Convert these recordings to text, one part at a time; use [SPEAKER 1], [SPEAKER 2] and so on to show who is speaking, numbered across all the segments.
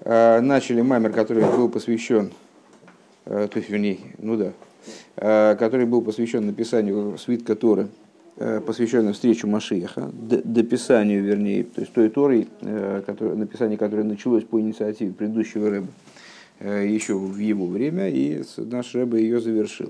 [SPEAKER 1] начали маймер, который был посвящен, то есть, вернее, который был посвящен написанию свитка Торы, посвященной встрече Машиаха, дописанию, вернее, то есть той Торы, написание которой началось по инициативе предыдущего рэба еще в его время, и наш рэб ее завершил.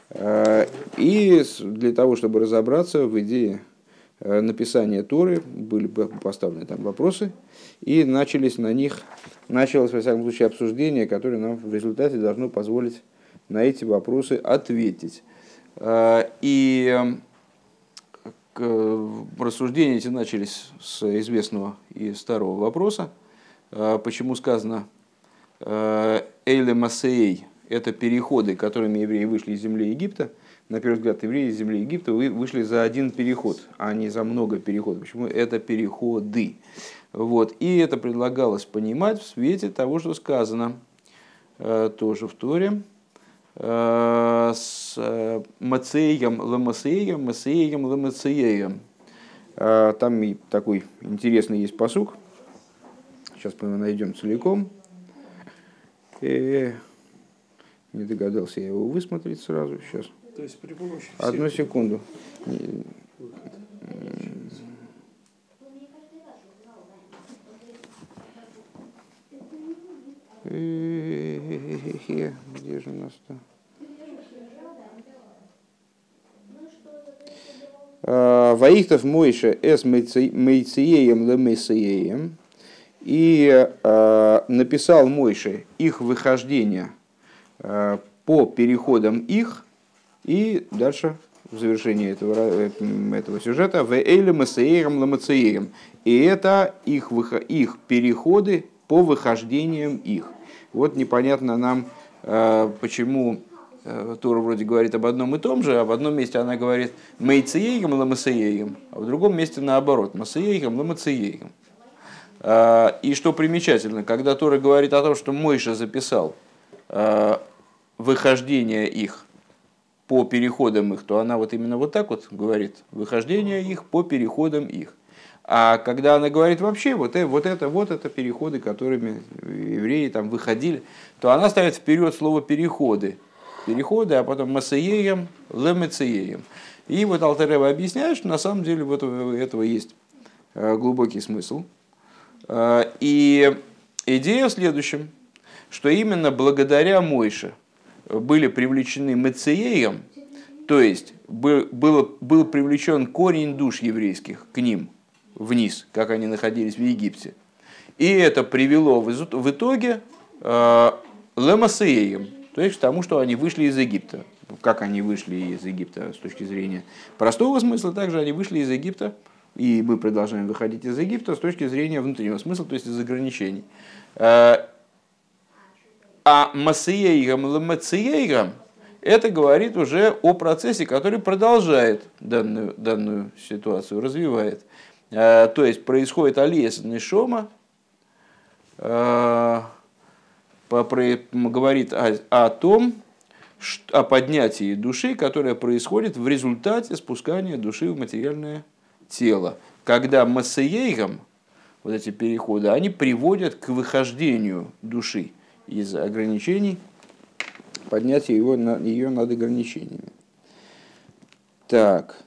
[SPEAKER 1] И для того, чтобы разобраться в идее написания Торы, были поставлены там вопросы, и началось, во всяком случае, обсуждение, которое нам в результате должно позволить на эти вопросы ответить. И рассуждения эти начались с известного и старого вопроса, почему сказано «Эйле Масеей» — это переходы, которыми евреи вышли из земли Египта. На первый взгляд, евреи из земли Египта вышли за один переход, а не за много переходов. Почему это переходы? Вот. И это предлагалось понимать в свете того, что сказано тоже в Торе, с Мацеем Ламасеем, Масеем Ламасеем. Там и такой интересный есть пасук. Сейчас мы его найдем целиком. И не догадался я его высмотреть сразу. Сейчас.
[SPEAKER 2] То есть при помощи
[SPEAKER 1] одну секунду. Где же у нас-то? Ваихтов Мойше эс мейциеем лемейсеем. И написал Мойше их выхождение по переходам их. И дальше, в завершении этого сюжета, «Вэйле масеерам ламацеерам». И это их переходы по выхождениям их. Вот непонятно нам, почему Тора вроде говорит об одном и том же, а в одном месте она говорит «мейцеерам ламацеерам», а в другом месте наоборот «масеерам ламацеерам». И что примечательно, когда Тора говорит о том, что Мойша записал выхождение их по переходам их, то она вот именно вот так вот говорит, выхождение их по переходам их. А когда она говорит вообще, вот это переходы, которыми евреи там выходили, то она ставит вперед слово переходы, а потом масееем, лемецееем. И вот Алтер Ребе объясняет, что на самом деле вот у этого есть глубокий смысл. И идея в следующем, что именно благодаря Мойше были привлечены мецееем, то есть был привлечен корень душ еврейских к ним вниз, как они находились в Египте. И это привело в итоге лемасеем, то есть к тому, что они вышли из Египта. Как они вышли из Египта с точки зрения простого смысла, также они вышли из Египта, и мы продолжаем выходить из Египта с точки зрения внутреннего смысла, то есть из ограничений. А масеейгам ламацеейгам это говорит уже о процессе, который продолжает данную ситуацию, развивает. То есть происходит алиес нешома, говорит о том, о поднятии души, которое происходит в результате спускания души в материальное тело. Когда масеейгам, вот эти переходы, они приводят к выхождению души из ограничений, поднятию ее над ограничениями. Так.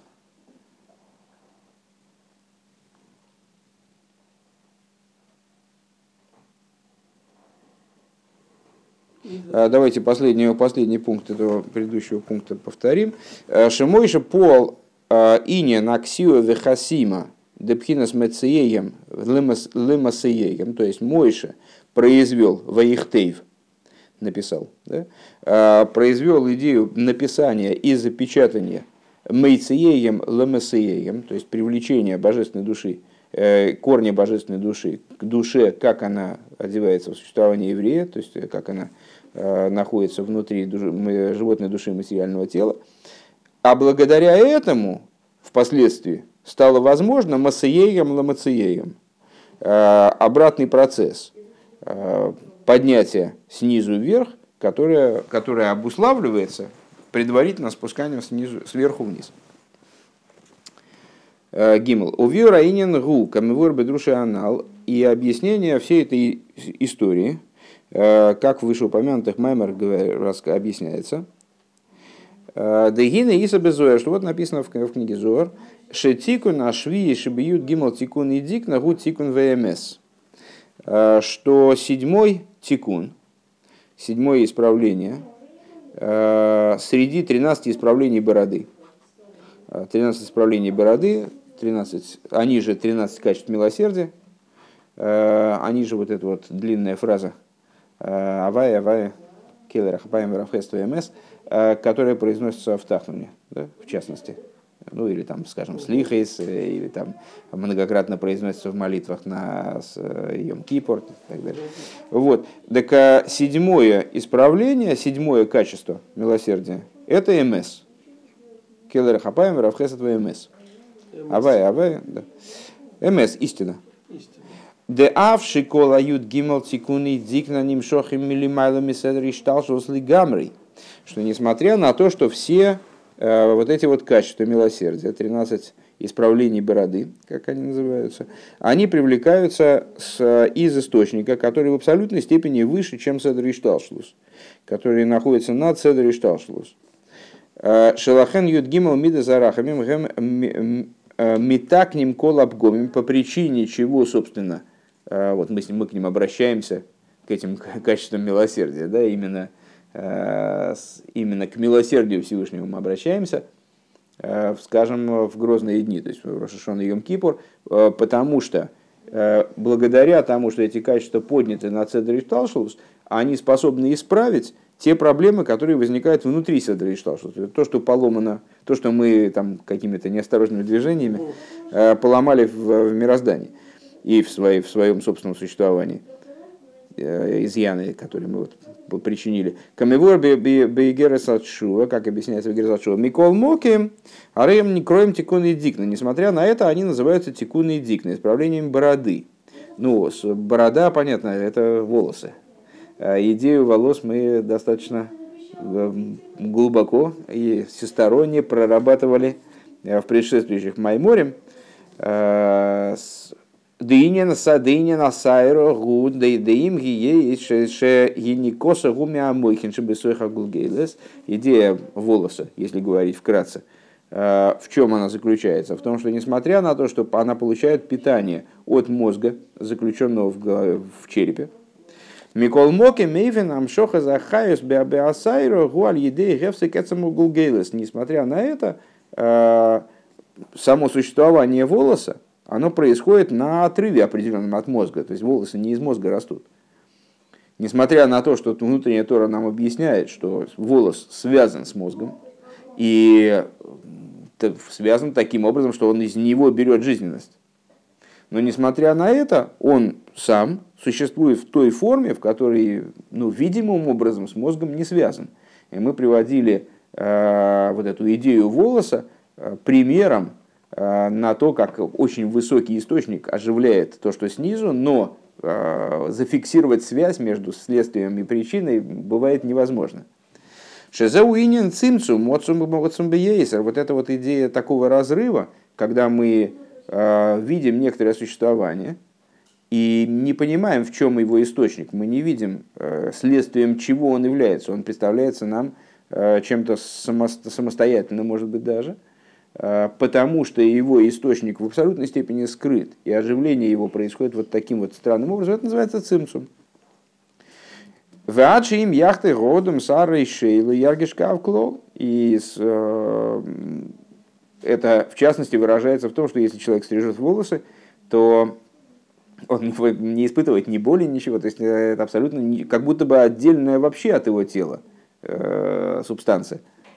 [SPEAKER 1] Давайте последний пункт этого предыдущего пункта повторим. Шемойша пол ине наксио вехасима депхинас мецееем лемасееем, то есть Мойша произвел ваихтейв, написал, да? Произвел идею написания и запечатания мейцееем лемасееем, то есть привлечения божественной души, корня божественной души к душе, как она одевается в существование еврея, то есть как она находится внутри животной души материального тела. А благодаря этому впоследствии стало возможно масееем ламацееем, обратный процесс поднятия снизу вверх, которое обуславливается предварительно спусканием сверху вниз. Гимл. Увью раинен гу, камевор бедруши анал. И объяснение всей этой истории, как в вышеупомянутых маймер объясняется. Дегина Иса Безоя, что вот написано в книге Зоар, Шетикун Ашви Шибиют Гимл Тикун и Дик Нагу Тикун ВМС. Что седьмой тикун, седьмое исправление, среди 13 исправлений бороды. 13 исправлений бороды, 13, они же 13 качеств милосердия, они же вот эта вот длинная фраза «Авай, авай, келер ахапаем рафхест ВМС», которая произносится в Тахнуне, да, в частности. Ну или там, скажем, слихейс, или там многократно произносится в молитвах на Йом-Кипур и так далее. Вот. Так седьмое исправление, седьмое качество милосердия – это МС. Келер хапаем, равхесет МС. Авай, авай, да. МС – истина. Де авши колают гимал тикуни дикна ним шохим милимайлами седри шталшус лигамрий. Что несмотря на то, что все вот эти вот качества милосердия, 13 исправлений бороды, как они называются, они привлекаются из источника, который в абсолютной степени выше, чем Седер и Шталшлус, который находится над Седер и Шталшлус. Шелахен юдгимал мида зарахамим митакним колабгомим, по причине чего, собственно, вот мы к ним обращаемся, к этим качествам милосердия, да, именно к милосердию Всевышнего мы обращаемся, скажем, в грозные дни, то есть в Рош ха-Шана и Йом-Кипур, потому что благодаря тому, что эти качества подняты на Седер и Шталшус, они способны исправить те проблемы, которые возникают внутри Седер и Шталшус. То, что поломано, то, что мы там какими-то неосторожными движениями поломали в мироздании и в своем собственном существовании. Изъяны, которые мы вот причинили. Камевор бейгерес отшува, как объясняется в Герес отшува. Микол моки, ареем не кроем тикун и дикна. Несмотря на это, они называются тикун и дикна, исправлением бороды. Ну, борода, понятно, это волосы. Идею волос мы достаточно глубоко и всесторонне прорабатывали в предшествующих майморе. Идея волоса, если говорить вкратце, в чем она заключается? В том, что несмотря на то, что она получает питание от мозга, заключенного в черепе, Микол Моки Мейвен Амшоха Захайус Беабеасайро Гуаль Едей Гевсы Кецаму Гулгейлес. Несмотря на это, само существование волоса, оно происходит на отрыве определенном от мозга. То есть волосы не из мозга растут. Несмотря на то, что внутренняя Тора нам объясняет, что волос связан с мозгом, и связан таким образом, что он из него берет жизненность. Но несмотря на это, он сам существует в той форме, в которой видимым образом с мозгом не связан. И мы приводили вот эту идею волоса примером на то, как очень высокий источник оживляет то, что снизу, но зафиксировать связь между следствием и причиной бывает невозможно. Шезауинен цимцум, вот эта вот идея такого разрыва, когда мы видим некоторое существование и не понимаем, в чем его источник, мы не видим, следствием чего он является, он представляется нам чем-то самостоятельным, может быть, даже, потому что его источник в абсолютной степени скрыт, и оживление его происходит вот таким вот странным образом, это называется цимцум. Ваачим яхты годом сарой шейлы яргишкавклол. И это в частности выражается в том, что если человек стрижет волосы, то он не испытывает ни боли, ничего. То есть это абсолютно как будто бы отдельная вообще от его тела субстанция.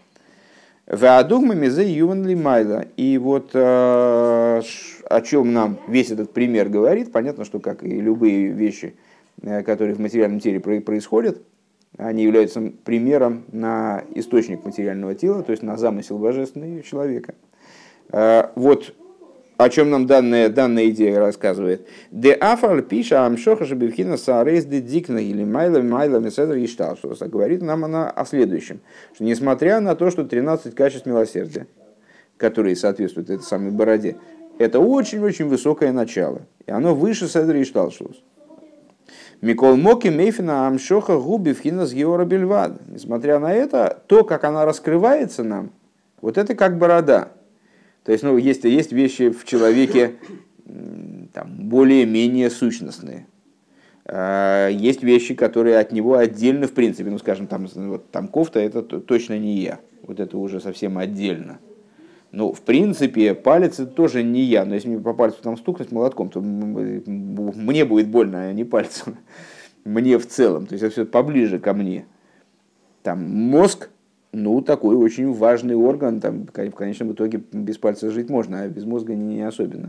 [SPEAKER 1] И вот о чем нам весь этот пример говорит, понятно, что как и любые вещи, которые в материальном теле происходят, они являются примером на источник материального тела, то есть на замысел божественный человека. Вот о чем нам данная идея рассказывает. Де афар пиша амшоха шебивхина саарейс де дикна или майла меседр иштал. Что говорит нам она о следующем. Что несмотря на то, что 13 качеств милосердия, которые соответствуют этой самой бороде, это очень-очень высокое начало. И оно выше Седра и Шталшус. Микол Моки Мейфина Амшоха Губи Вхинас Геора Бельвад. Несмотря на это, то, как она раскрывается нам, вот это как борода. То есть, ну, есть вещи в человеке там, более-менее сущностные. Есть вещи, которые от него отдельно, в принципе, ну, скажем, вот, там кофта, это точно не я. Вот это уже совсем отдельно. Ну, в принципе, палец это тоже не я, но если мне по пальцу там стукнуть молотком, то мне будет больно, а не пальцем. Мне в целом, то есть это все поближе ко мне. Там мозг, ну, такой очень важный орган, там, в конечном итоге без пальца жить можно, а без мозга не особенно.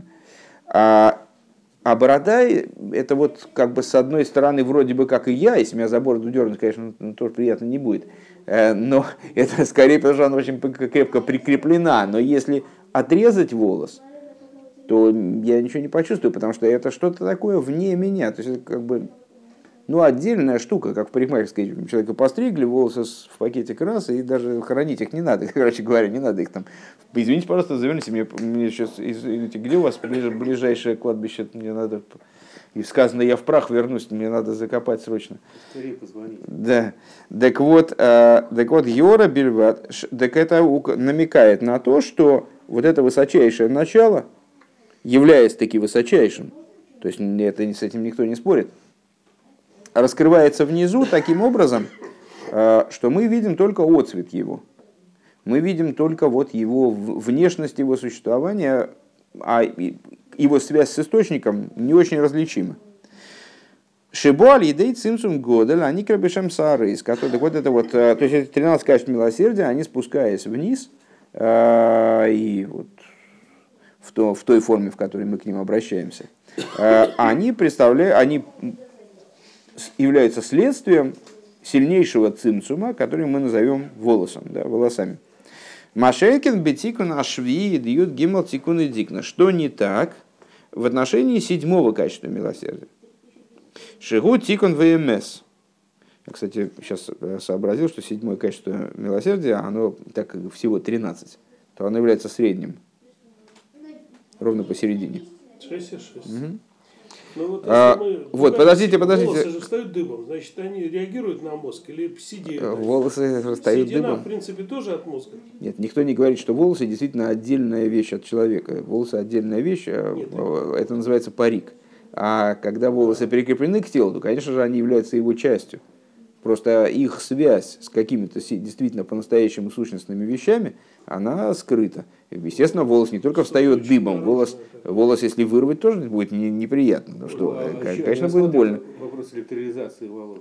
[SPEAKER 1] А борода, это вот как бы с одной стороны вроде бы как и я, если меня за бороду дернуть, конечно, тоже приятно не будет. Но это скорее, потому что она очень крепко прикреплена. Но если отрезать волос, то я ничего не почувствую, потому что это что-то такое вне меня. То есть это как бы, ну, отдельная штука, как в парикмахерской. Человека постригли, волосы в пакетик раз, и даже хранить их не надо. Короче говоря, не надо их там. Извините, пожалуйста, заверните, мне сейчас, извините, где у вас ближайшее кладбище? Мне надо... И сказано, я в прах вернусь, мне надо закопать срочно.
[SPEAKER 2] Скорее позвони.
[SPEAKER 1] Да. Так вот, Геора Бельват, так это намекает на то, что вот это высочайшее начало, являясь таки высочайшим, то есть это, с этим никто не спорит, раскрывается внизу таким образом, что мы видим только отцвет его. Мы видим только вот его внешность, его существования, а его связь с источником не очень различима. Шибуаль едей цимсум годель, они крабишем саарейс. Так вот это вот, то есть эти 13 качеств милосердия, они спускаясь вниз, и вот в той форме, в которой мы к ним обращаемся, они являются следствием сильнейшего цимцума, который мы назовем волосами. Машейкин бетикун ашви дьют гимал тикун и дикна. Что не так в отношении 7-го качества милосердия? Шигу тикун ВМС. Я, кстати, сейчас сообразил, что 7-е качество милосердия, оно так как всего 13, то оно является средним. Ровно посередине.
[SPEAKER 2] 6,6.
[SPEAKER 1] Угу.
[SPEAKER 2] Ну,
[SPEAKER 1] вот, подождите.
[SPEAKER 2] Волосы же встают дыбом, значит, они реагируют на мозг или седеют?
[SPEAKER 1] Волосы встают
[SPEAKER 2] Седина,
[SPEAKER 1] дыбом.
[SPEAKER 2] в принципе, тоже от мозга.
[SPEAKER 1] Нет, никто не говорит, что волосы действительно отдельная вещь от человека. Волосы отдельная вещь, это называется парик. А когда волосы прикреплены к телу, то, конечно же, они являются его частью. Просто их связь с какими-то действительно по-настоящему сущностными вещами, она скрыта. Естественно, волос не только встает дыбом, волос, если вырвать, тоже будет неприятно. Ну, что, конечно, будет больно.
[SPEAKER 2] Вопрос электролизации волос.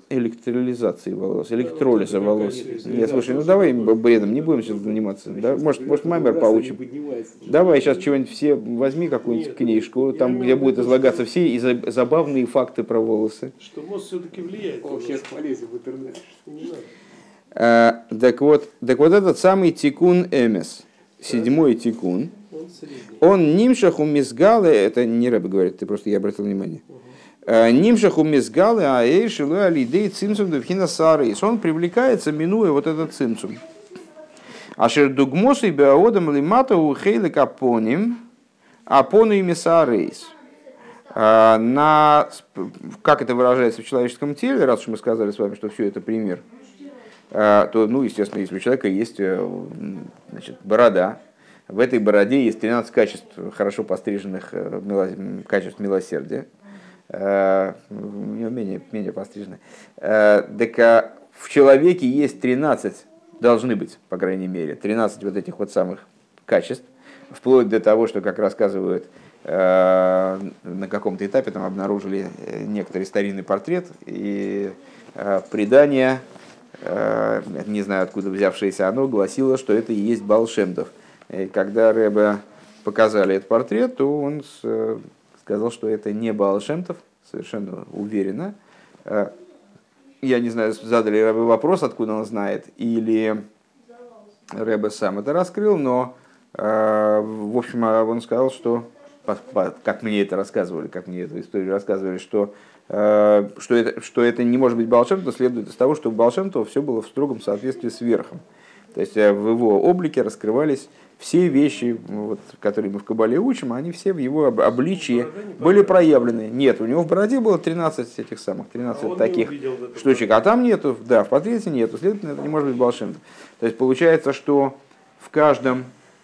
[SPEAKER 1] Электролиза волос. Нет, слушай, ну давай бредом не будем сейчас заниматься. Да? Может, маймер получим. Давай сейчас чего-нибудь все возьми, какую-нибудь книжку, там, где будут излагаться все забавные факты про волосы.
[SPEAKER 2] Что мозг все-таки влияет.
[SPEAKER 3] Сейчас полезем в интернет.
[SPEAKER 2] Не надо.
[SPEAKER 1] Так вот этот самый тикун эмес, 7-й тикун, он нимшаху мизгалы, это не Рэбе говорит, я обратил внимание. Нимшаху мизгалы, а эй шилу алидей цимцум девхина сарейс. Он привлекается, минуя вот этот цимцум. Ашер дугмосу и беаодам лимата у хейлек апоним, апону ими сарейс. Как это выражается в человеческом теле, раз уж мы сказали с вами, что все это пример, то, естественно, если у человека есть борода, в этой бороде есть 13 качеств хорошо постриженных качеств милосердия, у него менее постриженные. Так в человеке есть 13, должны быть, по крайней мере, 13 вот этих вот самых качеств, вплоть до того, что, как рассказывают, на каком-то этапе там обнаружили некоторый старинный портрет, и предание, не знаю откуда взявшееся оно, гласило, что это и есть Баал Шем Тов. И когда Ребе показали этот портрет, то он сказал, что это не Баал Шем Тов, совершенно уверенно. Я не знаю, задали Ребе вопрос, откуда он знает, или Ребе сам это раскрыл, но, в общем, он сказал, что, как мне это рассказывали, как мне эту историю рассказывали, что это не может быть Баал Шем Тов, следует из того, что у Баал Шем Това все было в строгом соответствии с верхом. То есть в его облике раскрывались все вещи, вот, которые мы в Кабале учим, они все в его обличии были проявлены. Нет, у него в бороде было 13 этих самых, 13 таких штучек, а там нету, да, в портрете нету, следовательно, это не может быть Баал Шем Тов. То есть получается, что в каждом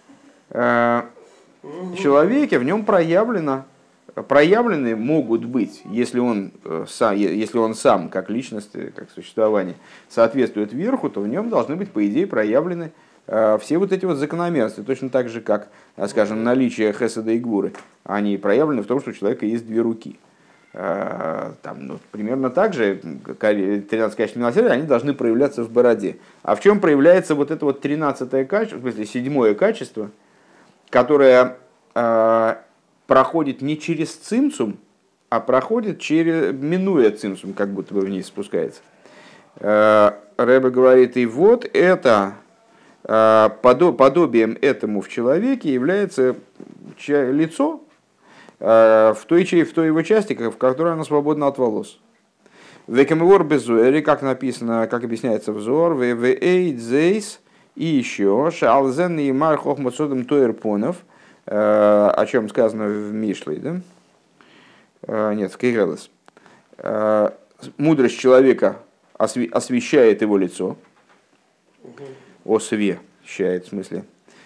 [SPEAKER 1] человеке в нем проявлены могут быть, если он сам как личность, как существование соответствует верху, то в нем должны быть, по идее, проявлены все вот эти вот закономерности, точно так же, как, скажем, наличие хеседа и гвуры, они проявлены в том, что у человека есть две руки. Там, примерно так же 13 качеств милосердия, они должны проявляться в бороде. А в чем проявляется вот это вот 13-е качество, в смысле 7-е качество, которое проходит не через цимсум, а проходит минуя цимсум, как будто бы вниз спускается. Ребе говорит, и вот это подобием этому в человеке является лицо в той его части, в которой оно свободно от волос. Векамевор безуэри, как написано, как объясняется взор, вэйдзейс и еще шалзен и мар хохмацодом тоерпонов, о чем сказано в Мишле, да? Нет, в Кейгелес. Мудрость человека освещает его лицо. Освещает, в смысле.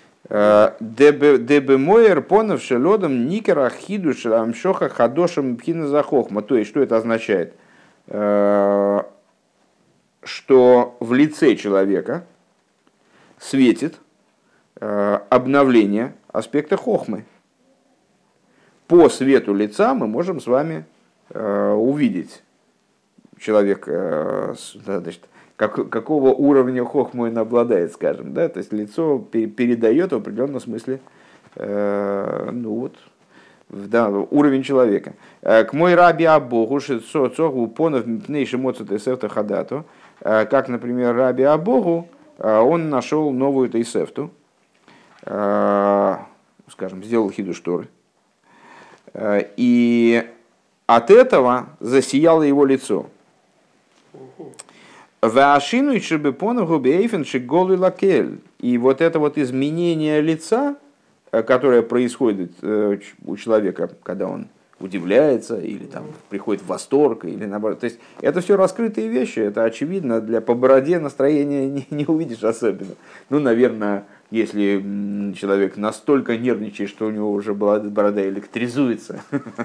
[SPEAKER 1] Дебе моер понов шелодом никера хиду шамшоха хадошем пхина захохма. То есть, что это означает? Что в лице человека светит обновление аспекта хохмы. По свету лица мы можем с вами увидеть человек, значит, какого уровня хохмы он обладает, скажем. Да? То есть лицо передает в определенном смысле уровень человека. К мой раби Абогу шицогу понов мпнейши моцу тесефта хадату. Как, например, раби Абогу, он нашел новую тейсефту, скажем, сделал хидуш Торы. И от этого засияло его лицо. И вот это вот изменение лица, которое происходит у человека, когда он удивляется или там приходит в восторг, или наоборот. То есть это все раскрытые вещи, это очевидно, по бороде настроения не увидишь особенно. Ну, наверное, если человек настолько нервничает, что у него уже борода электризуется.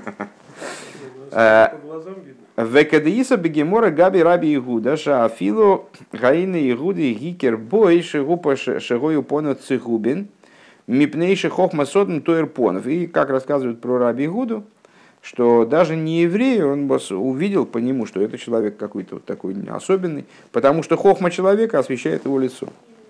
[SPEAKER 1] Векадеиса бегемора габи раби Игуда шаафило гаины Игуды гикер бой шегупа шегою понад цигубин мипнейши хохма содн тоерпонов. И как рассказывают про раби Игуду, что даже не еврей, он увидел по нему, что это человек какой-то вот такой особенный, потому что хохма человека освещает его лицо.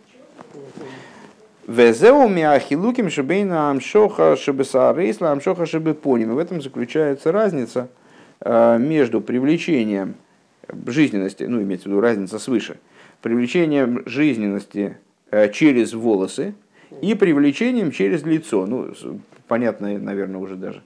[SPEAKER 1] Везеуми ахилуким шебейна амшоха шебесаарейсла амшоха шебепоним. В этом заключается разница между привлечением жизненности, ну, имеется в виду разница свыше, привлечением жизненности через волосы и привлечением через лицо. Ну, понятно, наверное, уже даже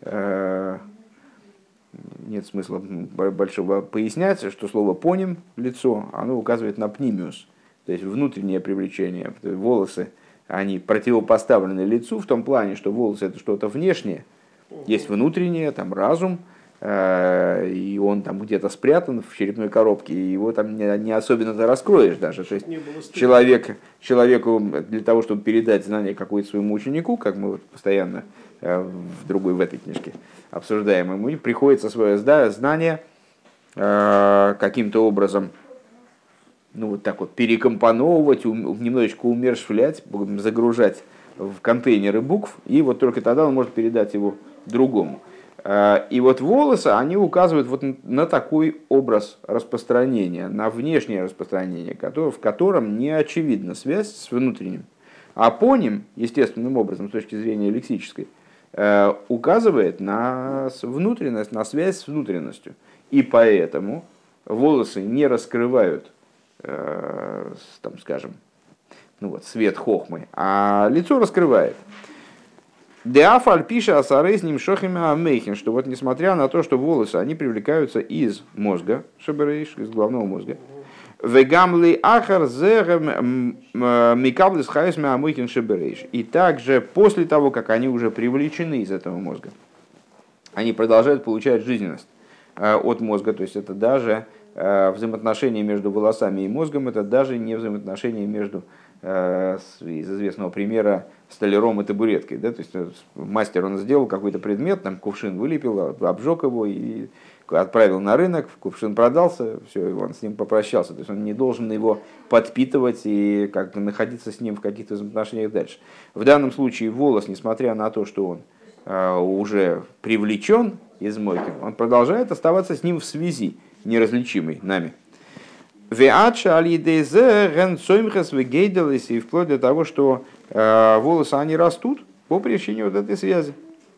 [SPEAKER 1] нет смысла большого пояснять, что слово «поним» — лицо, оно указывает на пнимиус, то есть внутреннее привлечение. Волосы, они противопоставлены лицу в том плане, что волосы — это что-то внешнее, есть внутреннее, там разум, и он там где-то спрятан в черепной коробке, и его там не особенно-то раскроешь даже. То есть человеку для того, чтобы передать знание какое-то своему ученику, как мы вот постоянно в этой книжке обсуждаем, ему приходится свое знание каким-то образом, ну, вот так вот перекомпоновывать, немножечко умерщвлять, загружать в контейнеры букв, и вот только тогда он может передать его другому. И вот волосы, они указывают вот на такой образ распространения, на внешнее распространение, в котором не очевидна связь с внутренним. А поним, естественным образом, с точки зрения лексической, указывает на внутренность, на связь с внутренностью. И поэтому волосы не раскрывают, там, скажем, ну вот, свет хохмы, а лицо раскрывает. Деафаль пиша асарей с ним шохими амейхин, что вот несмотря на то, что волосы, они привлекаются из мозга, шаберейш, из головного мозга, Вегамли ахар зерем микаблис хайс мямухин шеберейш. И также после того, как они уже привлечены из этого мозга, они продолжают получать жизненность от мозга. То есть это даже взаимоотношения между волосами и мозгом, это даже не взаимоотношения между, из известного примера, столяром и табуреткой. Да? То есть мастер, он сделал какой-то предмет, там кувшин вылепил, обжег его и отправил на рынок, кувшин продался, все, он с ним попрощался. То есть он не должен его подпитывать и как-то находиться с ним в каких-то взаимоотношениях дальше. В данном случае волос, несмотря на то, что он уже привлечен из мойки, он продолжает оставаться с ним в связи, неразличимой нами. И вплоть до того, что волосы, они растут по причине вот этой связи.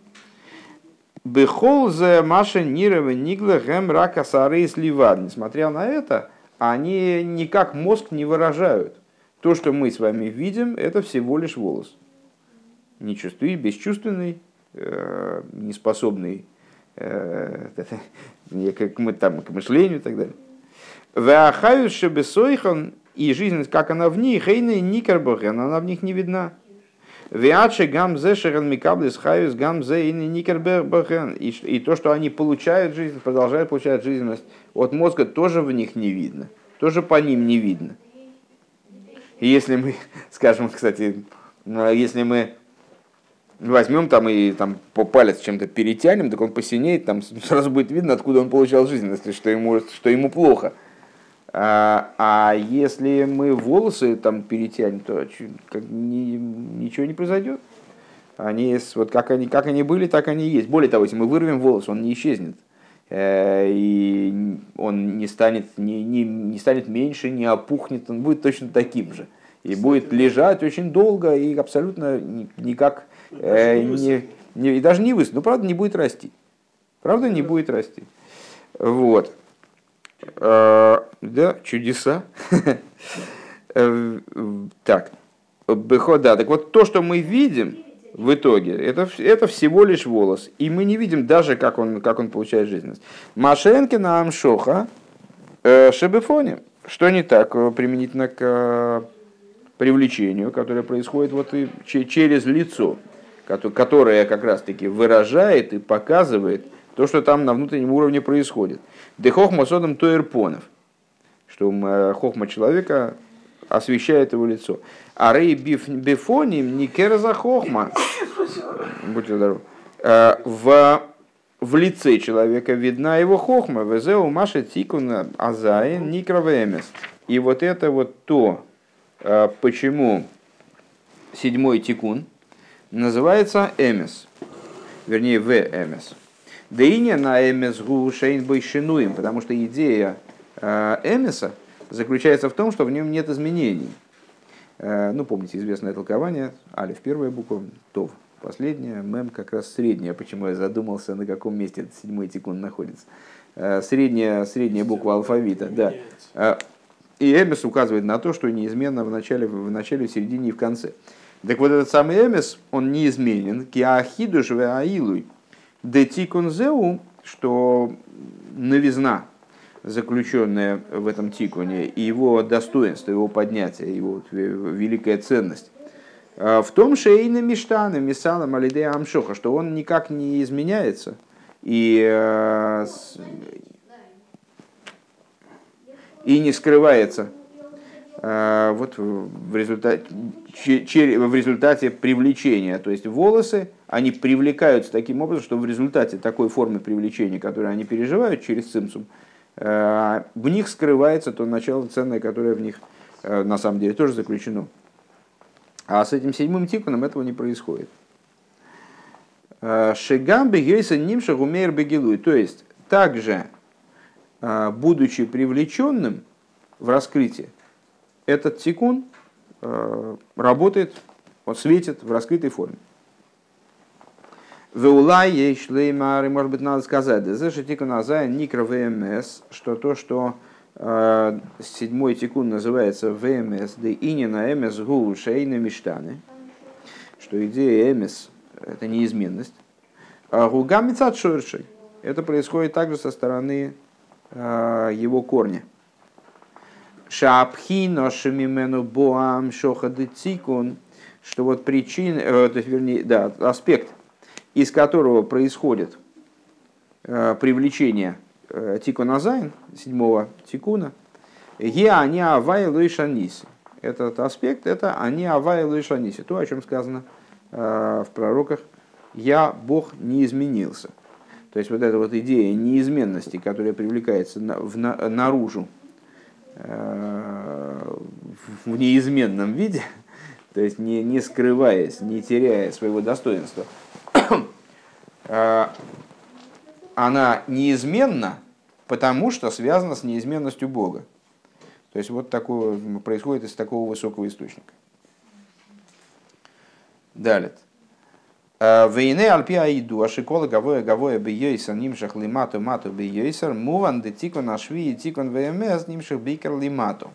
[SPEAKER 1] Бехолзе Маша Нирова Нигла Гэм Рака Сары Сливад. Несмотря на это, они никак мозг не выражают. То, что мы с вами видим, это всего лишь волос. Нечувствительный, бесчувственный, неспособный к мышлению и так далее. Веахаюс шебесойхан, и жизнь, как она в них, хейны никербоген, она в них не видна. Веаче гамзе шерен микаблис хаюс гамзе и никербоген, и то, что они получают жизнь, продолжают получать жизненность от мозга, тоже в них не видно, тоже по ним не видно. И если мы, скажем, кстати, если мы возьмем там и там по палец чем-то перетянем, так он посинеет, там сразу будет видно, откуда он получал жизненность, что ему плохо. А если мы волосы там перетянем, то ничего не произойдет. Они, вот как они были, так они и есть. Более того, если мы вырвем волос, он не исчезнет. И он не станет меньше, не опухнет, он будет точно таким же. И будет лежать очень долго и абсолютно никак, и даже не высохнет, но правда не будет расти. Правда не будет расти. Вот. Да, чудеса. Так, да, так вот то, что мы видим в итоге, это всего лишь волос. И мы не видим даже, как он получает жизненность. Машенкина амшоха шебефоне. Что не так применительно к привлечению, которое происходит вот и через лицо, которое как раз-таки выражает и показывает то, что там на внутреннем уровне происходит. Дехохма содом тоэрпонов, что хохма человека освещает его лицо. А рей бифоним никер за хохма. Будьте здоровы. В лице человека видна его хохма. Везеу маша тикуна азаин никровемес. И вот это вот то, почему 7-й тикун называется эмес. Вернее, эмес. Дейня на эмес гу шейн бойшинуем, потому что идея эмеса заключается в том, что в нем нет изменений. Ну, помните известное толкование: алиф первая буква, тов последняя, мем как раз средняя. Почему я задумался, на каком месте этот 7-й тикун находится? Средняя буква алфавита, да. И эмес указывает на то, что неизменно в начале, в середине и в конце. Так вот, этот самый эмес, он неизменен. Киахидуш ве аилуй. Детикунзеу, что новизна, заключенная в этом тикуне, и его достоинство, его поднятие, его великая ценность, в том шейна миштана мисалам алидея амшоха, что он никак не изменяется и не скрывается вот в результате привлечения. То есть волосы, они привлекаются таким образом, что в результате такой формы привлечения, которую они переживают через цимсум, в них скрывается то начало ценное, которое в них на самом деле тоже заключено. А с этим 7-м тикуном этого не происходит. Шигам бегейса нимша гумейр бегилуй. То есть, также, будучи привлеченным в раскрытие, этот тикун работает, он светит в раскрытой форме. Веулай ей шлеймар, может быть, надо сказать, зэши тикун азайн никро ВМС, что то, что 7-й тикун называется ВМС, да и не на МС гу шейна миштаны, что идея МС — это неизменность. Гуга мицат шоршей, это происходит также со стороны его корня. Шапхино шемимену боам шохады цикун, что вот причина, то есть, вернее, да, аспект, из которого происходит привлечение тикуна зайн, седьмого тикуна, ги они авай лойшаниси. Этот аспект это они авай лойшаниси, то, о чем сказано в пророках, я Бог не изменился. То есть вот эта вот идея неизменности, которая привлекается наружу в неизменном виде, то есть не скрываясь, не теряя своего достоинства, она неизменна, потому что связана с неизменностью Бога. То есть вот такое происходит из такого высокого источника. Далее. Вейне альпи аиду, а шикола гавоя бейойсер нимшах лимату мату бейойсер, муван де тикон ашви и тикон вмс нимшах бейкер лимату.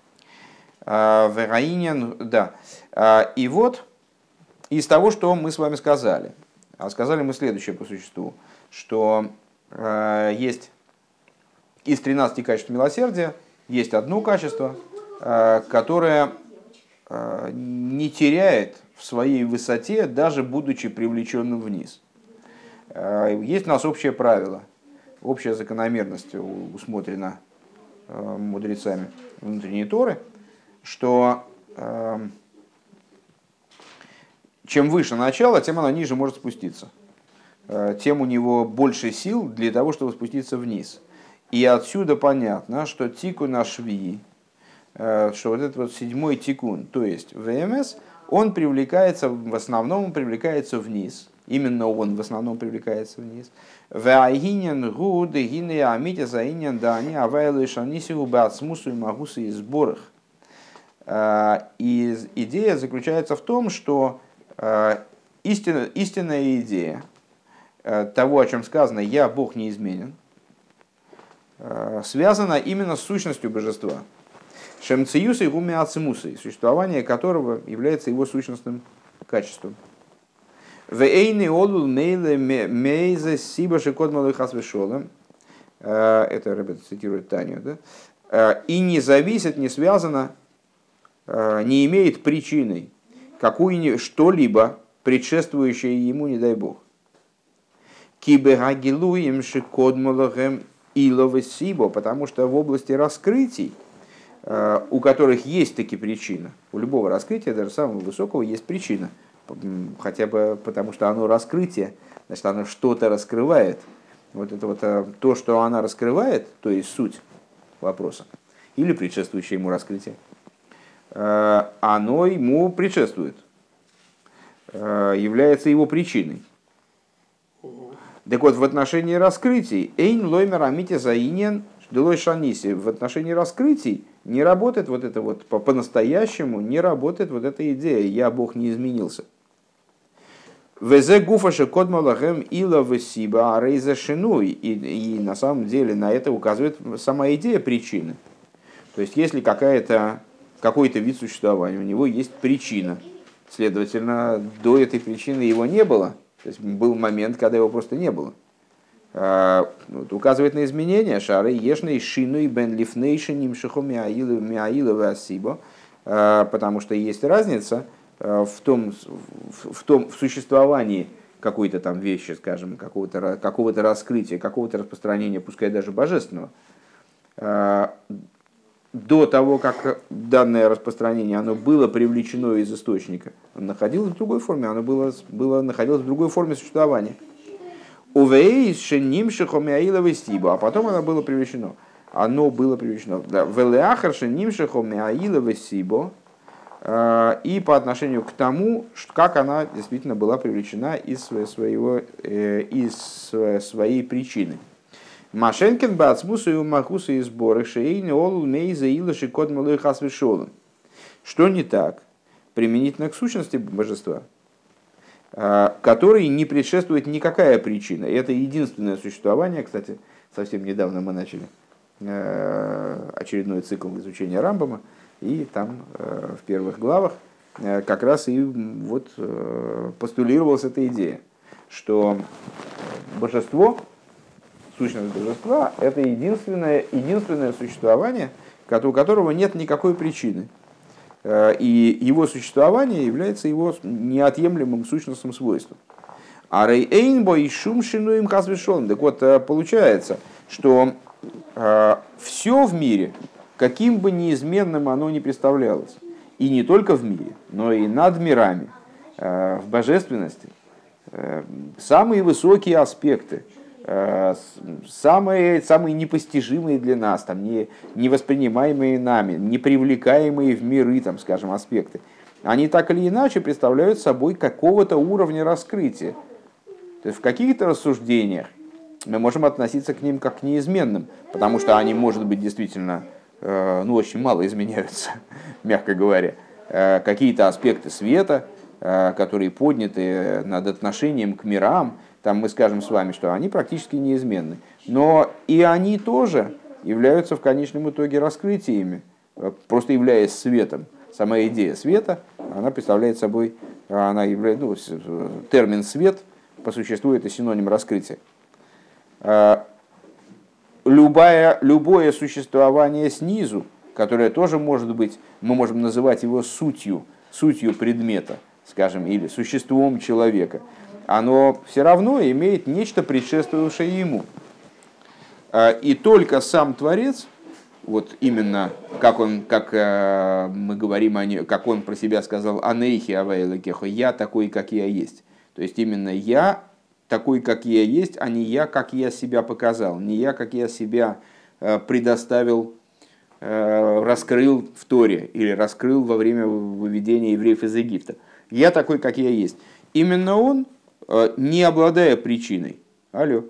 [SPEAKER 1] Вераинен, да. И вот из того, что мы с вами сказали, а сказали мы следующее по существу, что есть из 13 качеств милосердия, есть одно качество, которое не теряет в своей высоте, даже будучи привлеченным вниз. Есть у нас общее правило, общая закономерность усмотрена мудрецами внутренней Торы, что чем выше начало, тем оно ниже может спуститься. Тем у него больше сил для того, чтобы спуститься вниз. И отсюда понятно, что тикун ашви, что вот этот вот седьмой тикун, то есть ВМС, он привлекается, в основном привлекается вниз. Именно он в основном привлекается вниз. Ваигинен гуд гине амите заинен дани авайлы шанисигу бацмусу и магусы и сборах. И идея заключается в том, что истинная идея того, о чем сказано «я Бог неизменен», связана именно с сущностью божества. Шемциюсой гуми ацимусой, существование которого является его сущностным качеством. Вейны олул мейле мейзе сиба шикот малой хасвешолом. Это ребята цитирует Таню, да? И не зависит, не связано, не имеет причиной что-либо, предшествующее ему, не дай Бог. Киберагилуем шикот малохем илове сибо, потому что в области раскрытий, у которых есть таки причина, у любого раскрытия, даже самого высокого, есть причина. Хотя бы потому, что оно раскрытие, значит, оно что-то раскрывает. Вот это вот то, что она раскрывает, то есть суть вопроса, или предшествующее ему раскрытие, оно ему предшествует, является его причиной. Так вот, в отношении раскрытий, эйн лоймер амите заинен делой шаниси, в отношении раскрытий не работает вот это вот, по-настоящему не работает вот эта идея «я Бог не изменился». Везе гуфаше кодмалахем ила весиба арейзе шинуй. И на самом деле на это указывает сама идея причины. То есть если какой-то вид существования, у него есть причина, следовательно, до этой причины его не было. То есть был момент, когда его просто не было. Указывает на изменения. Шары ешный шинуй бен лифнейшин нимшиху миаила васибо. Потому что есть разница в существовании какой-то там вещи, скажем, какого-то раскрытия, какого-то распространения, пускай даже божественного, до того, как данное распространение оно было привлечено из источника, оно находилось в другой форме, оно находилось в другой форме существования. А потом оно было привлечено. И по отношению к тому, как она действительно была привлечена из своей причины. Машенкин бацмусу и махусу и сборы шейни олул мейза илаши код малой хасвешолом. Что не так применительно к сущности божества, которой не предшествует никакая причина. И это единственное существование. Кстати, совсем недавно мы начали очередной цикл изучения Рамбама, и там в первых главах как раз и вот постулировалась эта идея, что божество, сущность божества – это единственное существование, у которого нет никакой причины. И его существование является его неотъемлемым сущностным свойством. А рейэйнбо и шумшину им хазвешон. Так вот, получается, что все в мире, каким бы неизменным оно ни представлялось, и не только в мире, но и над мирами, в божественности, самые высокие аспекты, самые непостижимые для нас, там, невоспринимаемые нами, непривлекаемые в миры, там, скажем, аспекты, они так или иначе представляют собой какого-то уровня раскрытия. То есть в каких-то рассуждениях мы можем относиться к ним как к неизменным, потому что они, может быть, действительно очень мало изменяются, мягко говоря. Какие-то аспекты света, которые подняты над отношением к мирам, там мы скажем с вами, что они практически неизменны. Но и они тоже являются в конечном итоге раскрытиями, просто являясь светом. Сама идея света, она представляет собой, термин «свет» по существу это синоним раскрытия. Любое существование снизу, которое тоже может быть, мы можем называть его сутью предмета, скажем, или существом человека, оно все равно имеет нечто предшествующее ему. И только сам Творец, вот именно как мы говорим о нем, как он про себя сказал, «Анейхи авайлакехо», «я такой, как я есть». То есть именно я такой, как я есть, а не я, как я себя показал, не я, как я себя предоставил, раскрыл в Торе или раскрыл во время выведения евреев из Египта. Я такой, как я есть. Именно он, не обладая причиной. Алло.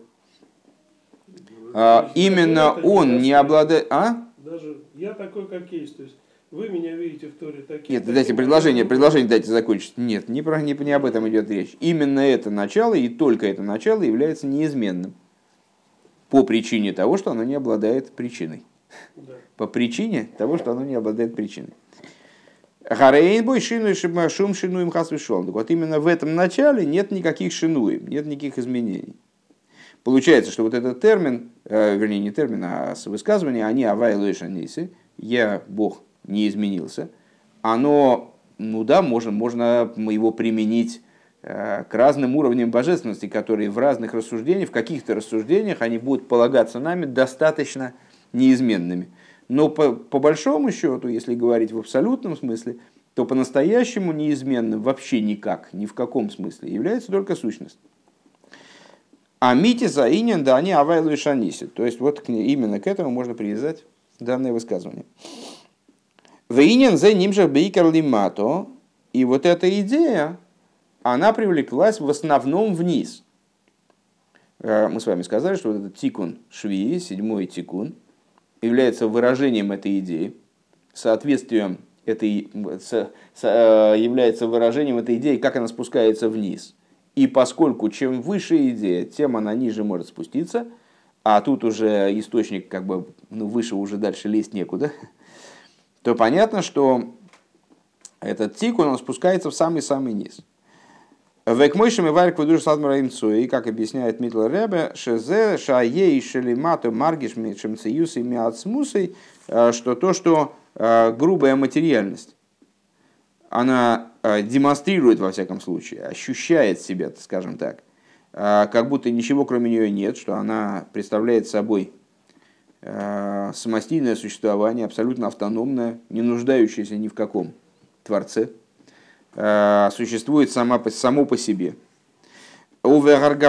[SPEAKER 1] Именно он, не обладая...
[SPEAKER 2] Даже я такой, как есть. То есть вы меня видите в Торе таким.
[SPEAKER 1] Нет, дайте предложение дайте закончить. Нет, не об этом идет речь. Именно это начало и только это начало является неизменным. По причине того, что оно не обладает причиной.
[SPEAKER 2] Да.
[SPEAKER 1] По причине того, что оно не обладает причиной. Гарейнбой шину шум шину им хасвишол. Вот именно в этом начале нет никаких шинуев, нет никаких изменений. Получается, что вот этот термин, вернее не термин, а высказывание, они авай лоиш аниси, я Бог не изменился, оно, можно его применить к разным уровням божественности, которые в разных рассуждениях, в каких-то рассуждениях они будут полагаться нами достаточно неизменными. Но по большому счету, если говорить в абсолютном смысле, то по-настоящему неизменным вообще никак, ни в каком смысле, является только сущность. А мити заинен, да они авайлу и шаниси. То есть вот именно к этому можно привязать данное высказывание. Вейнен за нимжах бейкер лимато. И вот эта идея, она привлеклась в основном вниз. Мы с вами сказали, что вот этот тикун швии, 7-й тикун, является выражением этой идеи, является выражением этой идеи, как она спускается вниз. И поскольку чем выше идея, тем она ниже может спуститься, а тут уже источник выше уже дальше лезть некуда, то понятно, что этот тикун, он спускается в самый-самый низ. Векмойшим и варик выдуш садмара имцуи, как объясняет Митл Ребе, шезе шае и шелимато маргиш митшемциюс и миацмусой, что то, что грубая материальность, она демонстрирует, во всяком случае, ощущает себя, скажем так, как будто ничего кроме нее нет, что она представляет собой самостийное существование, абсолютно автономное, не нуждающееся ни в каком Творце, существует само по себе. И в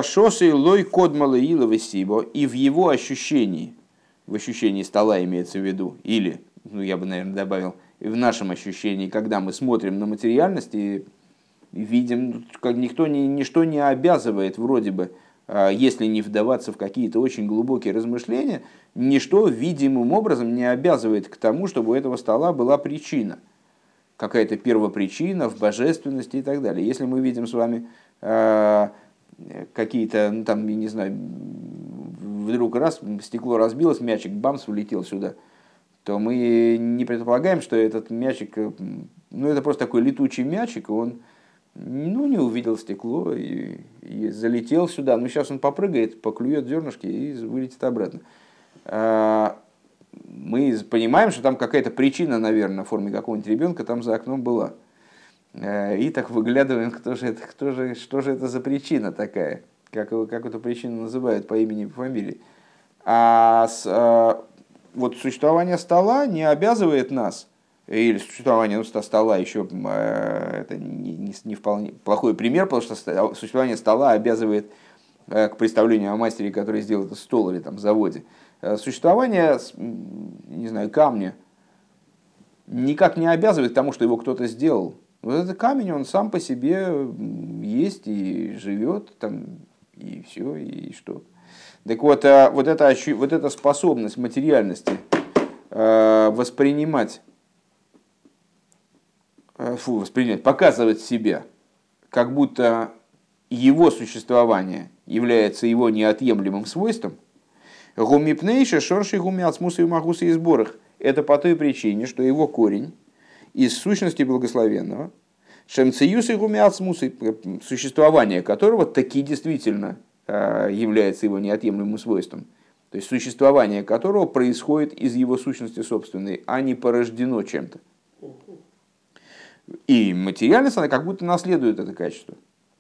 [SPEAKER 1] его ощущении, в ощущении стола имеется в виду, или, я бы, наверное, добавил, и в нашем ощущении, когда мы смотрим на материальность и видим, как ничто не обязывает, вроде бы, если не вдаваться в какие-то очень глубокие размышления, ничто видимым образом не обязывает к тому, чтобы у этого стола была причина. Какая-то первопричина в божественности и так далее. Если мы видим с вами какие-то, я не знаю, вдруг раз стекло разбилось, мячик бамс улетел сюда, то мы не предполагаем, что этот мячик, это просто такой летучий мячик, он Ну, не увидел стекло и залетел сюда. Ну, сейчас он попрыгает, поклюет зернышки и вылетит обратно. Мы понимаем, что там какая-то причина, наверное, в форме какого-нибудь ребенка там за окном была. И так выглядываем, что же это за причина такая, как эту причину называют по имени и по фамилии. Вот существование стола не обязывает нас, или существование стола еще это не вполне плохой пример, потому что существование стола обязывает к представлению о мастере, который сделал этот стол или там заводе. Существование, не знаю, камня никак не обязывает к тому, что его кто-то сделал. Вот этот камень, он сам по себе есть и живет, там, и все, и что. Так вот, вот эта способность материальности показывать себя, как будто его существование является его неотъемлемым свойством, гумипнейша шорши гуми ацмуса и магуса и сборах. Это по той причине, что его корень из сущности благословенного, шемциюс и гуми ацмуса, существование которого таки действительно является его неотъемлемым свойством. То есть существование которого происходит из его сущности собственной, а не порождено чем-то. И материальность, она как будто наследует это качество.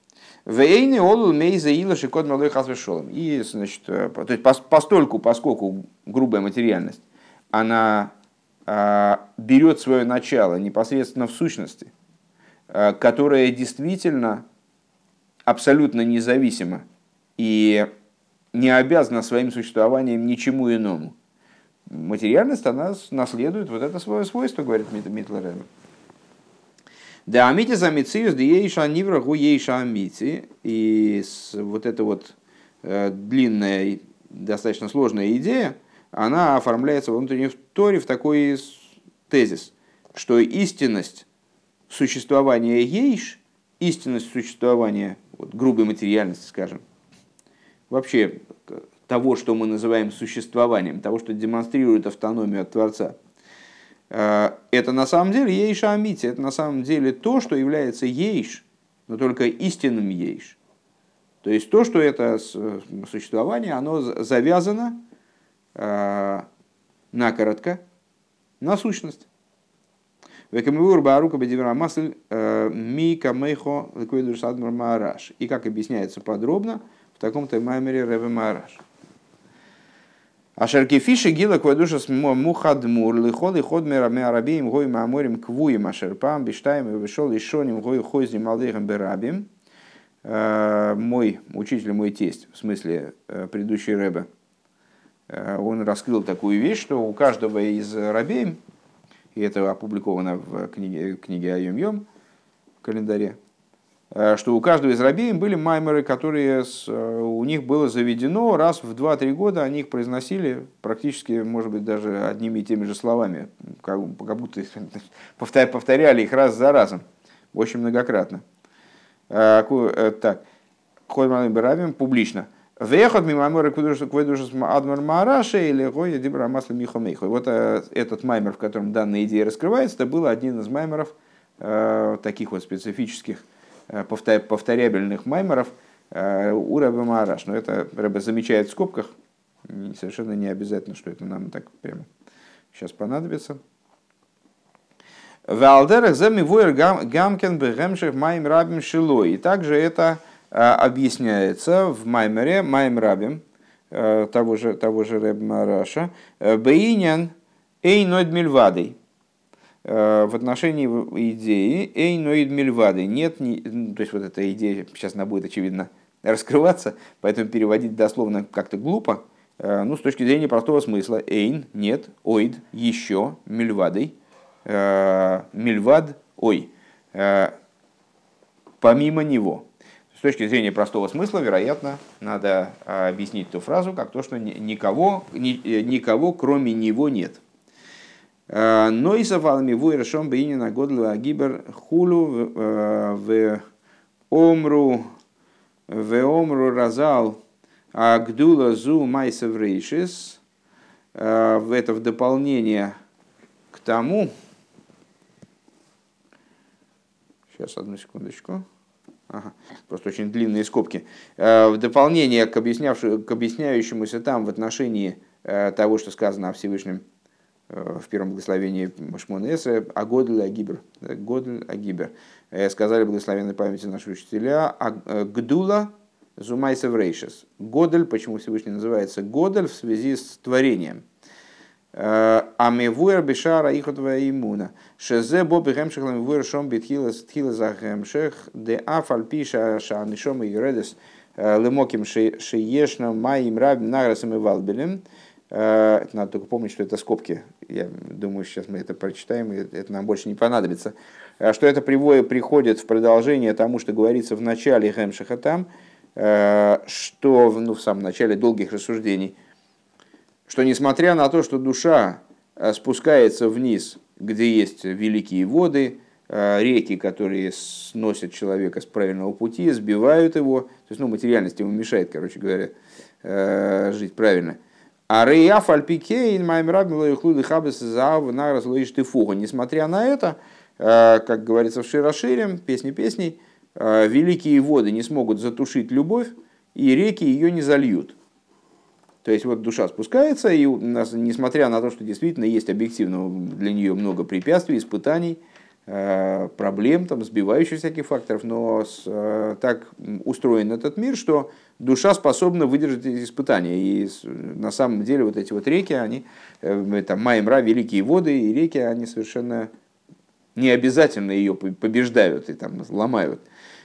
[SPEAKER 1] И, значит, то есть поскольку грубая материальность, она берет свое начало непосредственно в сущности, которая действительно абсолютно независима и не обязана своим существованием ничему иному. Материальность, она наследует вот это свое свойство, говорит Миттler Ребе. Да, амити за мициус, да ейша ниврагу ейша амити. И вот эта вот длинная, достаточно сложная идея, она оформляется внутренне в Торе в такой тезис, что истинность существования ейш, истинность существования вот, грубой материальности, скажем, вообще того, что мы называем существованием, того, что демонстрирует автономию от Творца, это на самом деле ейш амити, это на самом деле то, что является ейш, но только истинным ейш. То есть то, что это существование, оно завязано накоротко на сущность. И как объясняется подробно в таком-то маймере Ребе Маараш. А шаркефиши гила квадушас мухадмур лихол и ход меарабеем гой мааморим квуем ашерпам биштаем и вышел ишоним гой хойзним алдейхам берабим. Мой учитель, мой тесть, в смысле предыдущий Ребе, он раскрыл такую вещь, что у каждого из рабеем, и это опубликовано в книге Айом-Йом, в календаре, что у каждого из рабеем были маймеры, которые у них было заведено раз в 2-3 года, они их произносили практически, может быть, даже одними и теми же словами, как будто повторяли их раз за разом, очень многократно. Так, ходим берабим публично. Вехот мимаморы кведушас адмар маараши или гоя дибра масла михомейхо. Вот этот маймер, в котором данная идея раскрывается, это был один из маймеров таких вот специфических повторябельных маймеров у Ребе Маараш. Но это Ребе замечает в скобках, совершенно не обязательно, что это нам так прямо сейчас понадобится. И также это объясняется в маймере, майм рабим, того же Ребе Маараша, бейнян эйнойд мильвадой. В отношении идеи эйноид мильвады нет, то есть вот эта идея сейчас она будет очевидно раскрываться, поэтому переводить дословно как-то глупо. Ну, с точки зрения простого смысла, эйн нет, оид еще, мильвадой, мильвад ой, помимо него. С точки зрения простого смысла, вероятно, надо объяснить эту фразу как то, что никого кроме него нет. Но и совалами вой решен бейнина годлу агибер хулу в омру разал агдула зу майсев рейшис. Это в дополнение к тому. Сейчас, одну секундочку. Ага, просто очень длинные скобки. В дополнение к объясняющемуся там в отношении того, что сказано о Всевышнем в первом благословении Шмон Эсре, Агодль Агибер. Годль Агибер. Сказали благословенной памяти наши учителя, Гдула Зумайса Врейшес. Годль, почему Всевышний называется Годль, в связи с творением. Амевуэр бешара ихотва имуна. Шезе боби гемшех ламевуэр шом битхилас тхилаза гемшех де афальпиша шанишом и юредес лемоким шеешна маим рабим награсом и валбелем. Надо только помнить, что это скобки. Я думаю, сейчас мы это прочитаем, и это нам больше не понадобится. Что это приходит в продолжение тому, что говорится в начале гемшеха там, что в самом начале долгих рассуждений, что несмотря на то, что душа спускается вниз, где есть великие воды, реки, которые сносят человека с правильного пути, сбивают его, то есть материальность ему мешает, короче говоря, жить правильно. А Рейяф Альпикейн Маймрабим Хабес Зав Нарас Лоиш Тифуга. Несмотря на это, как говорится в Широширем, песни песней, великие воды не смогут затушить любовь, и реки ее не зальют. То есть вот душа спускается, и несмотря на то, что действительно есть объективно для нее много препятствий, испытаний, проблем, там, сбивающих всяких факторов, но так устроен этот мир, что душа способна выдержать эти испытания. И на самом деле вот эти вот реки, они, там, Маймра, великие воды и реки, они совершенно не обязательно ее побеждают и там ломают.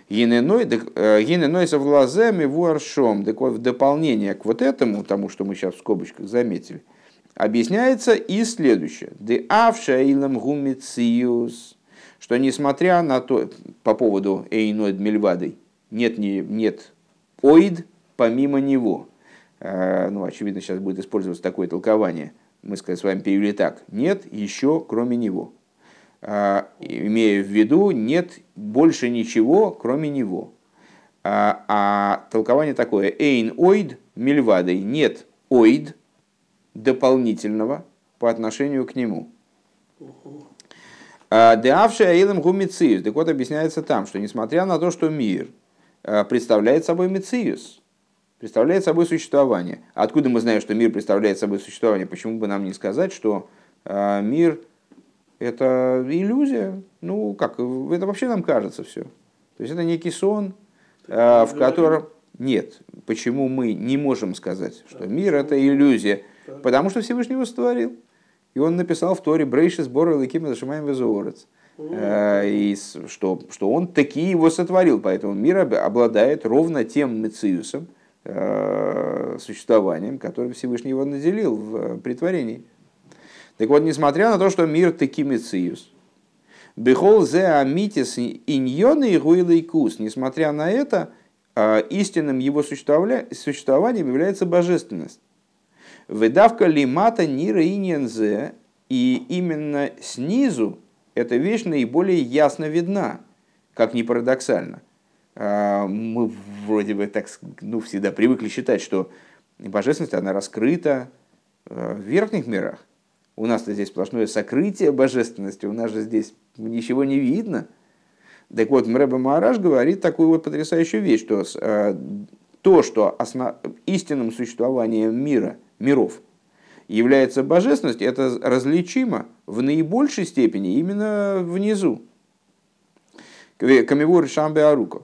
[SPEAKER 1] Гененой совлазем и вуаршом. Так вот, в дополнение к вот этому, тому, что мы сейчас в скобочках заметили, объясняется и следующее. Де авшаилам гумициус. Что несмотря на то, по поводу эйноид мильвадой, нет оид помимо него. Очевидно, сейчас будет использоваться такое толкование. Мы с вами перевели так. Нет еще кроме него. Имея в виду, нет больше ничего, кроме него. А толкование такое. Эйн оид мильвадой. Нет оид дополнительного по отношению к нему. Деавши аилам гумициус. Так вот, объясняется там, что несмотря на то, что мир представляет собой мициус, представляет собой существование. Откуда мы знаем, что мир представляет собой существование? Почему бы нам не сказать, что мир — это иллюзия? Это вообще нам кажется все. То есть это некий сон, в котором... Нет. Почему мы не можем сказать, что мир — это иллюзия? Потому что Всевышний его сотворил. И он написал в Торе «Брейши сбора лыким зашимаем везуорец». И что он таки его сотворил. Поэтому мир обладает ровно тем мециусом, существованием, которым Всевышний его наделил в притворении. Так вот, несмотря на то, что мир таки мециус, бехол зе амитис иньоны и гуилейкус, несмотря на это, истинным его существованием является божественность. Выдавка лимата нира иньензе, и именно снизу эта вещь наиболее ясно видна, как ни парадоксально. Мы вроде бы так всегда привыкли считать, что божественность она раскрыта в верхних мирах. У нас-то здесь сплошное сокрытие божественности, у нас же здесь ничего не видно. Так вот, Ребе Маараш говорит такую вот потрясающую вещь, что то, что истинным существованием миров является божественность, это различимо в наибольшей степени именно внизу. Камивур Шамбе Аруко.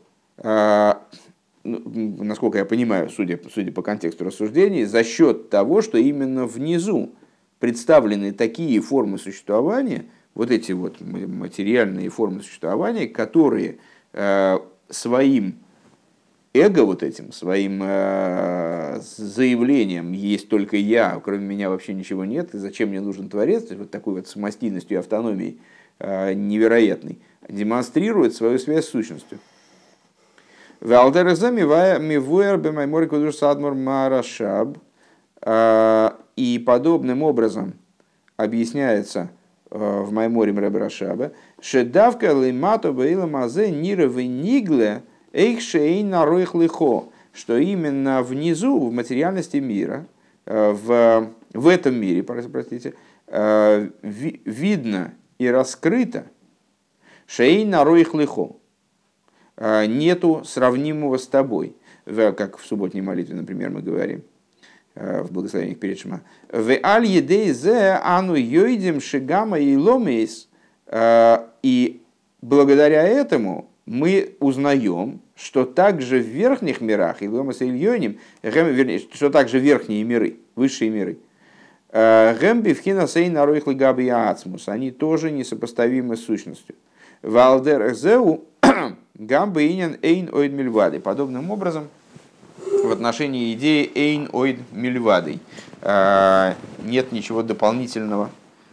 [SPEAKER 1] Насколько я понимаю, судя по контексту рассуждений, за счет того, что именно внизу представлены такие формы существования, вот эти вот материальные формы существования, которые своим эго, вот этим своим заявлением «есть только я, кроме меня вообще ничего нет, и зачем мне нужен Творец», то есть вот такой вот самостийностью и автономией невероятной, демонстрирует свою связь с сущностью. И подобным образом объясняется в Майморе Ребе Рашаба, «Шедавка лимато бейла мазе нировы нигле эйхшейн нароих лихо», что именно внизу, в материальности мира, в этом мире, простите, видно и раскрыто шейн нароих лихо, нету сравнимого с тобой. Как в субботней молитве, например, мы говорим в благословениях перед Шма. В аль едей зе ану йойдем шигама и ломейс. И благодаря этому мы узнаем, что также в верхних мирах, и ломас и ильоним, что также верхние миры, высшие миры, гэмби вхина сей наройх лигаби ацмус, они тоже несопоставимы с сущностью. Валдер зеу гамбы инен эйн ойд мильвады. Подобным образом, в отношении идеи эйн ойд мильвадой нет ничего дополнительного,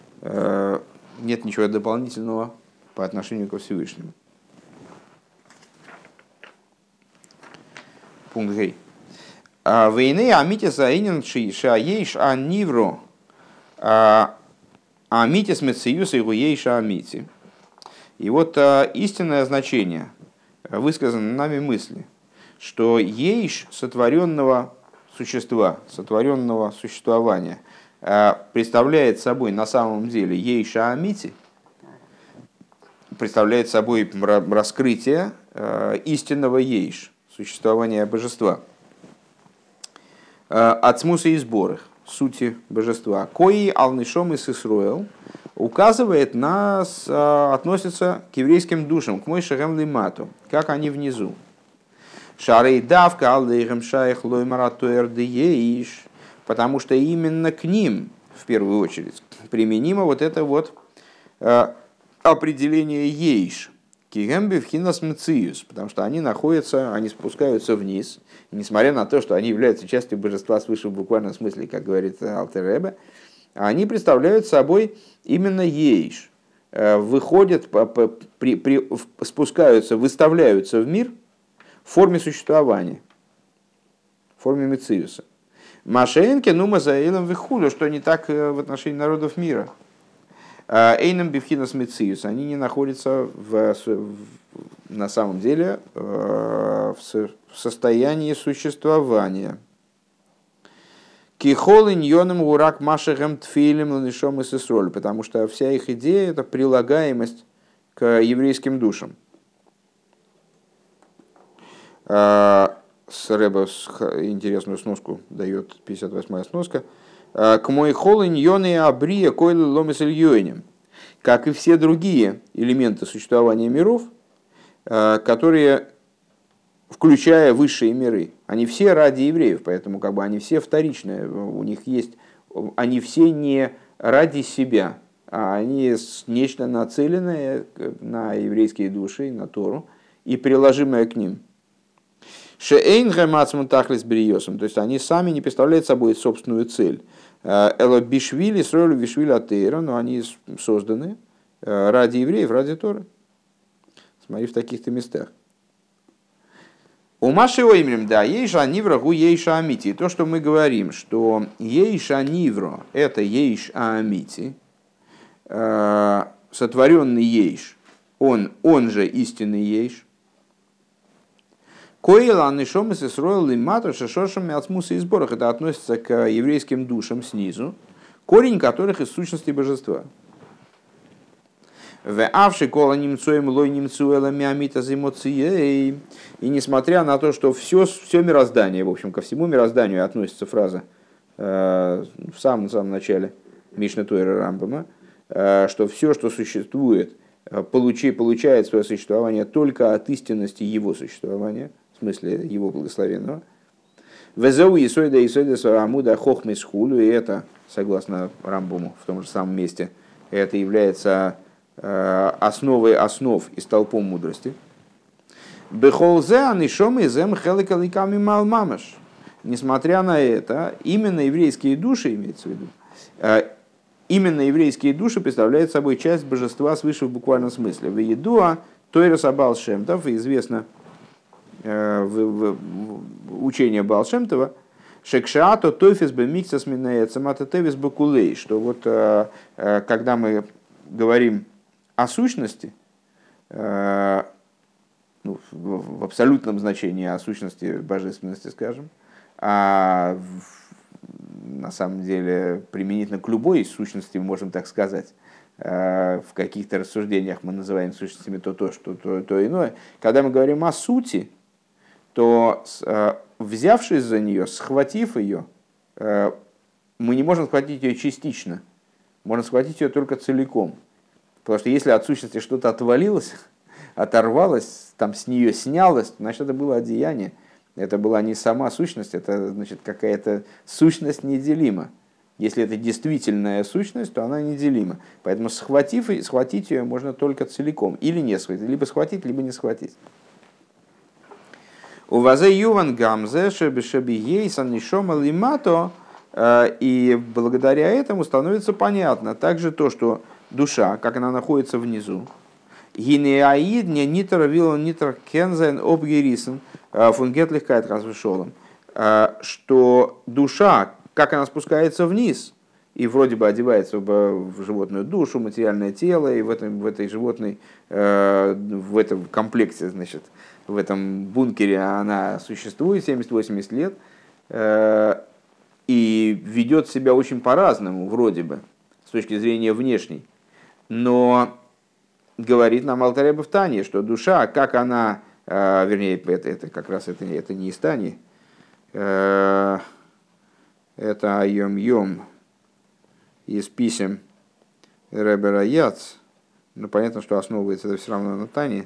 [SPEAKER 1] по отношению ко Всевышнему. Пункт Гей. Войны амитис аинен шаейш анивро амитис мециюс и гуейш амити. И вот истинное значение высказано нами мысли, что ейш сотворенного существа, сотворенного существования представляет собой на самом деле ейша амити, представляет собой раскрытие истинного ейш, существования божества, ацмуса и сборах, сути божества. Кои алнишом и сисруэл указывает нас, относится к еврейским душам, к мойше гемлимату, как они внизу. Шарей давка аллейхем шаях лоймаратуэр деейш, потому что именно к ним, в первую очередь, применимо вот это вот определение ейш, кигемби вхинас мциюс, потому что они находятся, они спускаются вниз, и несмотря на то, что они являются частью божества свыше в буквальном смысле, как говорит Алтер Ребе, они представляют собой именно ейш, выходят, спускаются, выставляются в мир в форме существования, в форме мециуса. Машенке нума заэлем вихулю, что не так в отношении народов мира. Эйном бифхинас мециус, они не находятся на самом деле в состоянии существования. Кихолин йоном урак машехем тфилем ланишом и сесроль, потому что вся их идея — это прилагаемость к еврейским душам. Рэбе интересную сноску дает, 58-я сноска. К мой холин йоны абрия койлы ломес ильёйнем, как и все другие элементы существования миров, которые, включая высшие миры, они все ради евреев, поэтому как бы они все вторичные, у них есть, они все не ради себя, а они нечто нацеленное на еврейские души, на Тору и приложимое к ним. Шеэйнгем ацмутахлис бриосом, то есть они сами не представляют собой собственную цель. Эло бишвили строили бишвили атеира, но они созданы ради евреев, ради Торы. Смотри, в таких-то местах. У Маши Оймрим, да, ейша нивро гу ейша амити. То, что мы говорим, что ейша нивро — это ейш амити, сотворенный ейш, он же истинный ейш. Коила нишом и сесроил лимату шашошами ацмуса и сборах. Это относится к еврейским душам снизу, корень которых из сущности божества. В авши кола немцоем лой немцуэла миамита зимоцией. И несмотря на то, что все мироздание, в общем, ко всему мирозданию относится фраза в самом начале Мишны Тойры Рамбама, что все, что существует, получает свое существование только от истинности его существования, в смысле его благословенного. Везеу исойда сарамуда хохмис хулю, и это, согласно Рамбаму, в том же самом месте, это является основой основ и столпом мудрости. Бехолзе анишом и зем хеликаликами малмамаш. Несмотря на это, именно еврейские души, имеется в виду, именно еврейские души представляют собой часть божества свыше в буквальном смысле. В Едуа Тойрес Абаал Шем Тов, известно учение Баал Шем Това, Шекшаато Тойфис Бемиксас Минаэцам Ататевис Бакулей, что вот когда мы говорим о сущности, в абсолютном значении о сущности божественности, скажем, а на самом деле применительно к любой сущности, можем так сказать, в каких-то рассуждениях мы называем сущностями то, что то иное. Когда мы говорим о сути, то взявшись за нее, схватив ее, мы не можем схватить ее частично, можно схватить ее только целиком. Потому что если от сущности что-то отвалилось, оторвалось, там с нее снялось, значит, это было одеяние. Это была не сама сущность, это значит какая-то сущность неделима. Если это действительная сущность, то она неделима. Поэтому схватить ее можно только целиком. Или не схватить. Либо схватить, либо не схватить. У вазе юван гамзе шебишебиейсан нишома лимато. И благодаря этому становится понятно также то, что душа, как она находится внизу, гинеаид не нитер вилон нитер кензен обгерисен фунгет легкает развешолом, что душа, как она спускается вниз и вроде бы одевается в животную душу, материальное тело, и в этой животной, в этом комплекте, значит, в этом бункере она существует 70-80 лет, и ведет себя очень по-разному, вроде бы, с точки зрения внешней. Но говорит нам Алтер Ребе в Тане, что душа, как она, вернее, это как раз это не из Тани, это Айом-Йом из писем Ребе Раяц, но понятно, что основывается это все равно на Тане,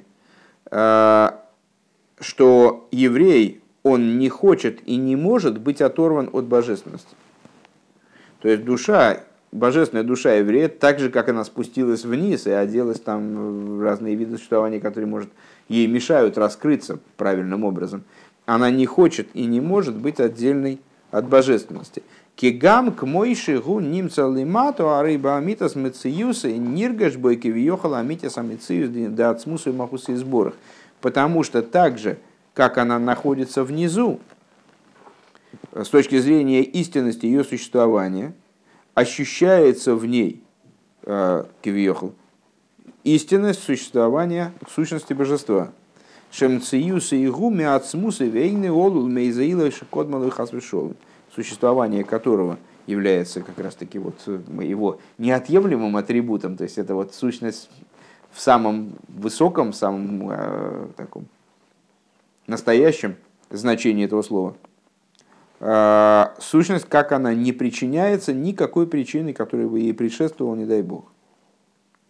[SPEAKER 1] что еврей, он не хочет и не может быть оторван от божественности. То есть душа, божественная душа еврея, так же, как она спустилась вниз и оделась там в разные виды существования, которые, может, ей мешают раскрыться правильным образом, она не хочет и не может быть отдельной от божественности. Кигам к мойши гу нимца лимату арыба амитас мециюса и ниргаш бойки вьехала амитас амициюс да ацмусу и махусы и сборах. Потому что так же, как она находится внизу, с точки зрения истинности ее существования, ощущается в ней кивьехал истинность существования сущности божества. Шемциюса и гуми ацмуса вейны олул мейзаила шикодмалу хасвешол, существование которого является как раз таки вот его неотъемлемым атрибутом, то есть это вот сущность в самом высоком, самом таком настоящем значении этого слова. Сущность, как она не причиняется никакой причиной, которая бы ей предшествовала, не дай бог.